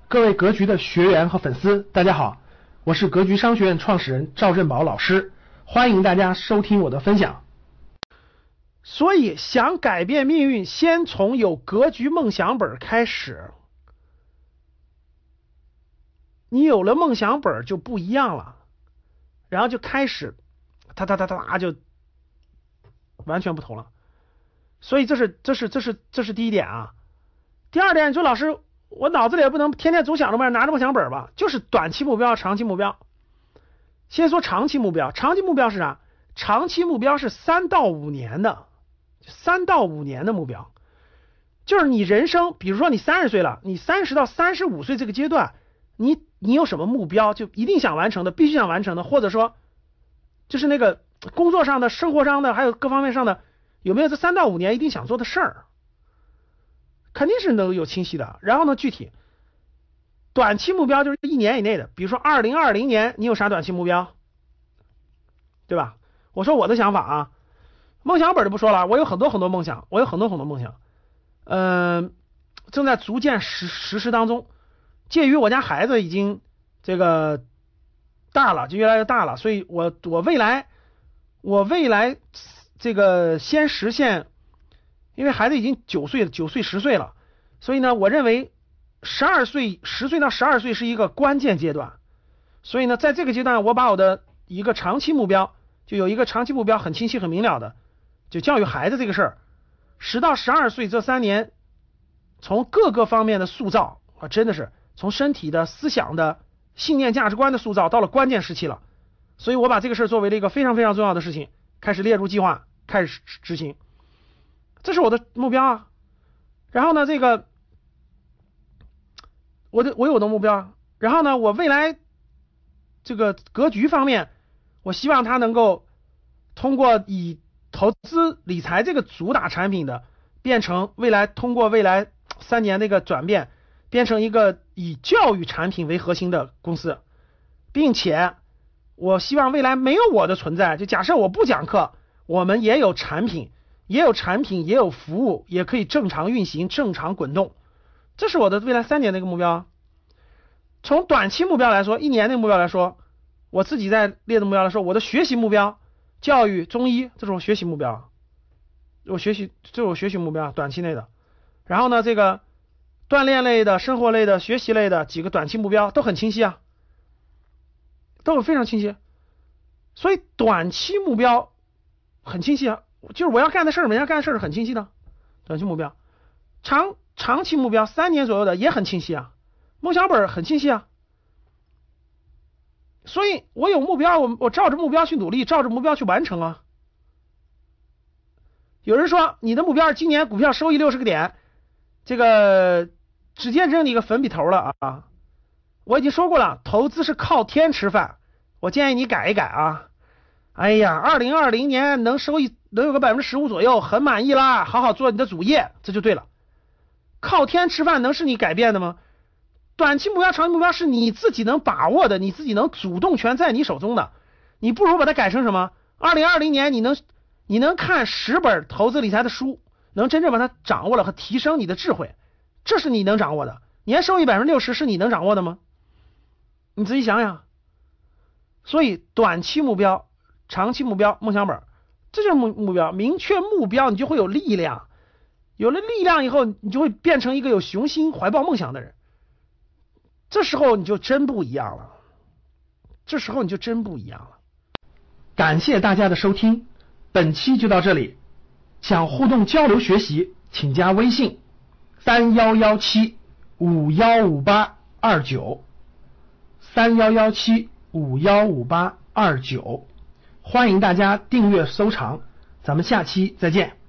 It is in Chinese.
各位格局的学员和粉丝，大家好，我是格局商学院创始人赵振宝老师，欢迎大家收听我的分享。所以想改变命运，先从有格局梦想本开始。你有了梦想本就不一样了，然后就开始就完全不同了。所以这是第一点啊。第二点，你说老师，我脑子里也不能天天总想着拿着梦想本吧，就是短期目标、长期目标。先说长期目标，长期目标是啥？长期目标是3到5年的目标，就是你人生，比如说你30岁了，你30到35岁这个阶段，你有什么目标，就一定想完成的，必须想完成的，或者说就是那个工作上的、生活上的，还有各方面上的，有没有这3到5年一定想做的事儿？肯定是能有清晰的。然后呢，具体短期目标就是1年以内的，比如说2020年你有啥短期目标，对吧？我说我的想法啊，梦想本就不说了，我有很多梦想，正在逐渐实施当中。介于我家孩子已经这个大了，就越来越大了，所以我未来这个先实现，因为孩子已经9岁10岁了，所以呢，我认为10岁到12岁是一个关键阶段。所以呢，在这个阶段，我把我的一个长期目标，就有一个长期目标很清晰很明了的，就教育孩子这个事儿，10到12岁这3年，从各个方面的塑造啊，真的是从身体的、思想的、信念价值观的塑造到了关键时期了。所以我把这个事儿作为了一个非常非常重要的事情，开始列入计划，开始执行。这是我的目标啊。然后呢，这个我有我的目标。然后呢，我未来这个格局方面，我希望它能够通过以投资理财这个主打产品的，变成通过未来3年的一个转变，变成一个以教育产品为核心的公司，并且我希望未来没有我的存在，就假设我不讲课，我们也有产品，也有服务，也可以正常运行、正常滚动。这是我的未来3年的一个目标。从短期目标来说，1年的目标来说，我自己在列的目标来说，我的学习目标，教育、中医，这是我学习目标，这是我学习目标，短期内的。然后呢，这个锻炼类的、生活类的、学习类的几个短期目标都很清晰啊，都非常清晰。所以短期目标很清晰啊，就是我要干的事儿，是很清晰的，短期目标。长期目标3年左右的也很清晰啊，梦想本很清晰啊。所以我有目标，我照着目标去努力，照着目标去完成啊。有人说你的目标是今年股票收益60个点，这个直接扔你一个粉笔头了啊！我已经说过了，投资是靠天吃饭，我建议你改一改啊。哎呀，2020年能有个15%左右，很满意啦，好好做你的主业，这就对了。靠天吃饭能是你改变的吗？短期目标、长期目标是你自己能把握的，你自己能主动权在你手中的，你不如把它改成什么？2020年你能看10本投资理财的书，能真正把它掌握了和提升你的智慧，这是你能掌握的。年收益60%是你能掌握的吗？你自己想想。所以短期目标、长期目标、梦想本，这就是目标。明确目标，你就会有力量，有了力量以后，你就会变成一个有雄心、怀抱梦想的人。这时候你就真不一样了，感谢大家的收听，本期就到这里。想互动交流学习，请加微信3117515829，3117515829，欢迎大家订阅收藏，咱们下期再见。